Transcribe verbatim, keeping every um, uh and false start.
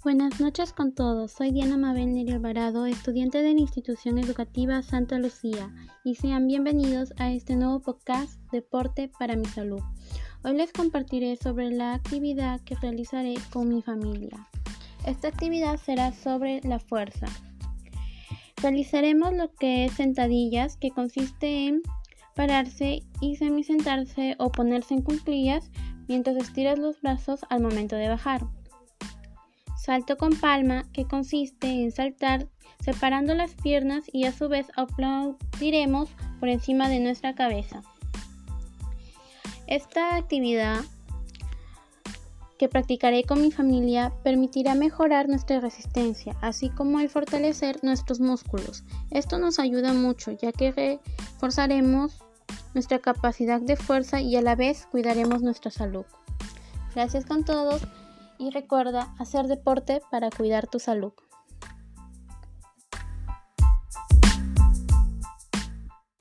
Buenas noches con todos, soy Diana Mabel Neri Alvarado, estudiante de la Institución Educativa Santa Lucía, y sean bienvenidos a este nuevo podcast Deporte para mi Salud. Hoy les compartiré sobre la actividad que realizaré con mi familia. Esta actividad será sobre la fuerza. Realizaremos lo que es sentadillas, que consiste en pararse y semisentarse o ponerse en cuclillas mientras estiras los brazos al momento de bajar. Salto con palma, que consiste en saltar separando las piernas y a su vez aplaudiremos por encima de nuestra cabeza. Esta actividad que practicaré con mi familia permitirá mejorar nuestra resistencia, así como el fortalecer nuestros músculos. Esto nos ayuda mucho, ya que reforzaremos nuestra capacidad de fuerza y a la vez cuidaremos nuestra salud. Gracias con todos. Y recuerda hacer deporte para cuidar tu salud.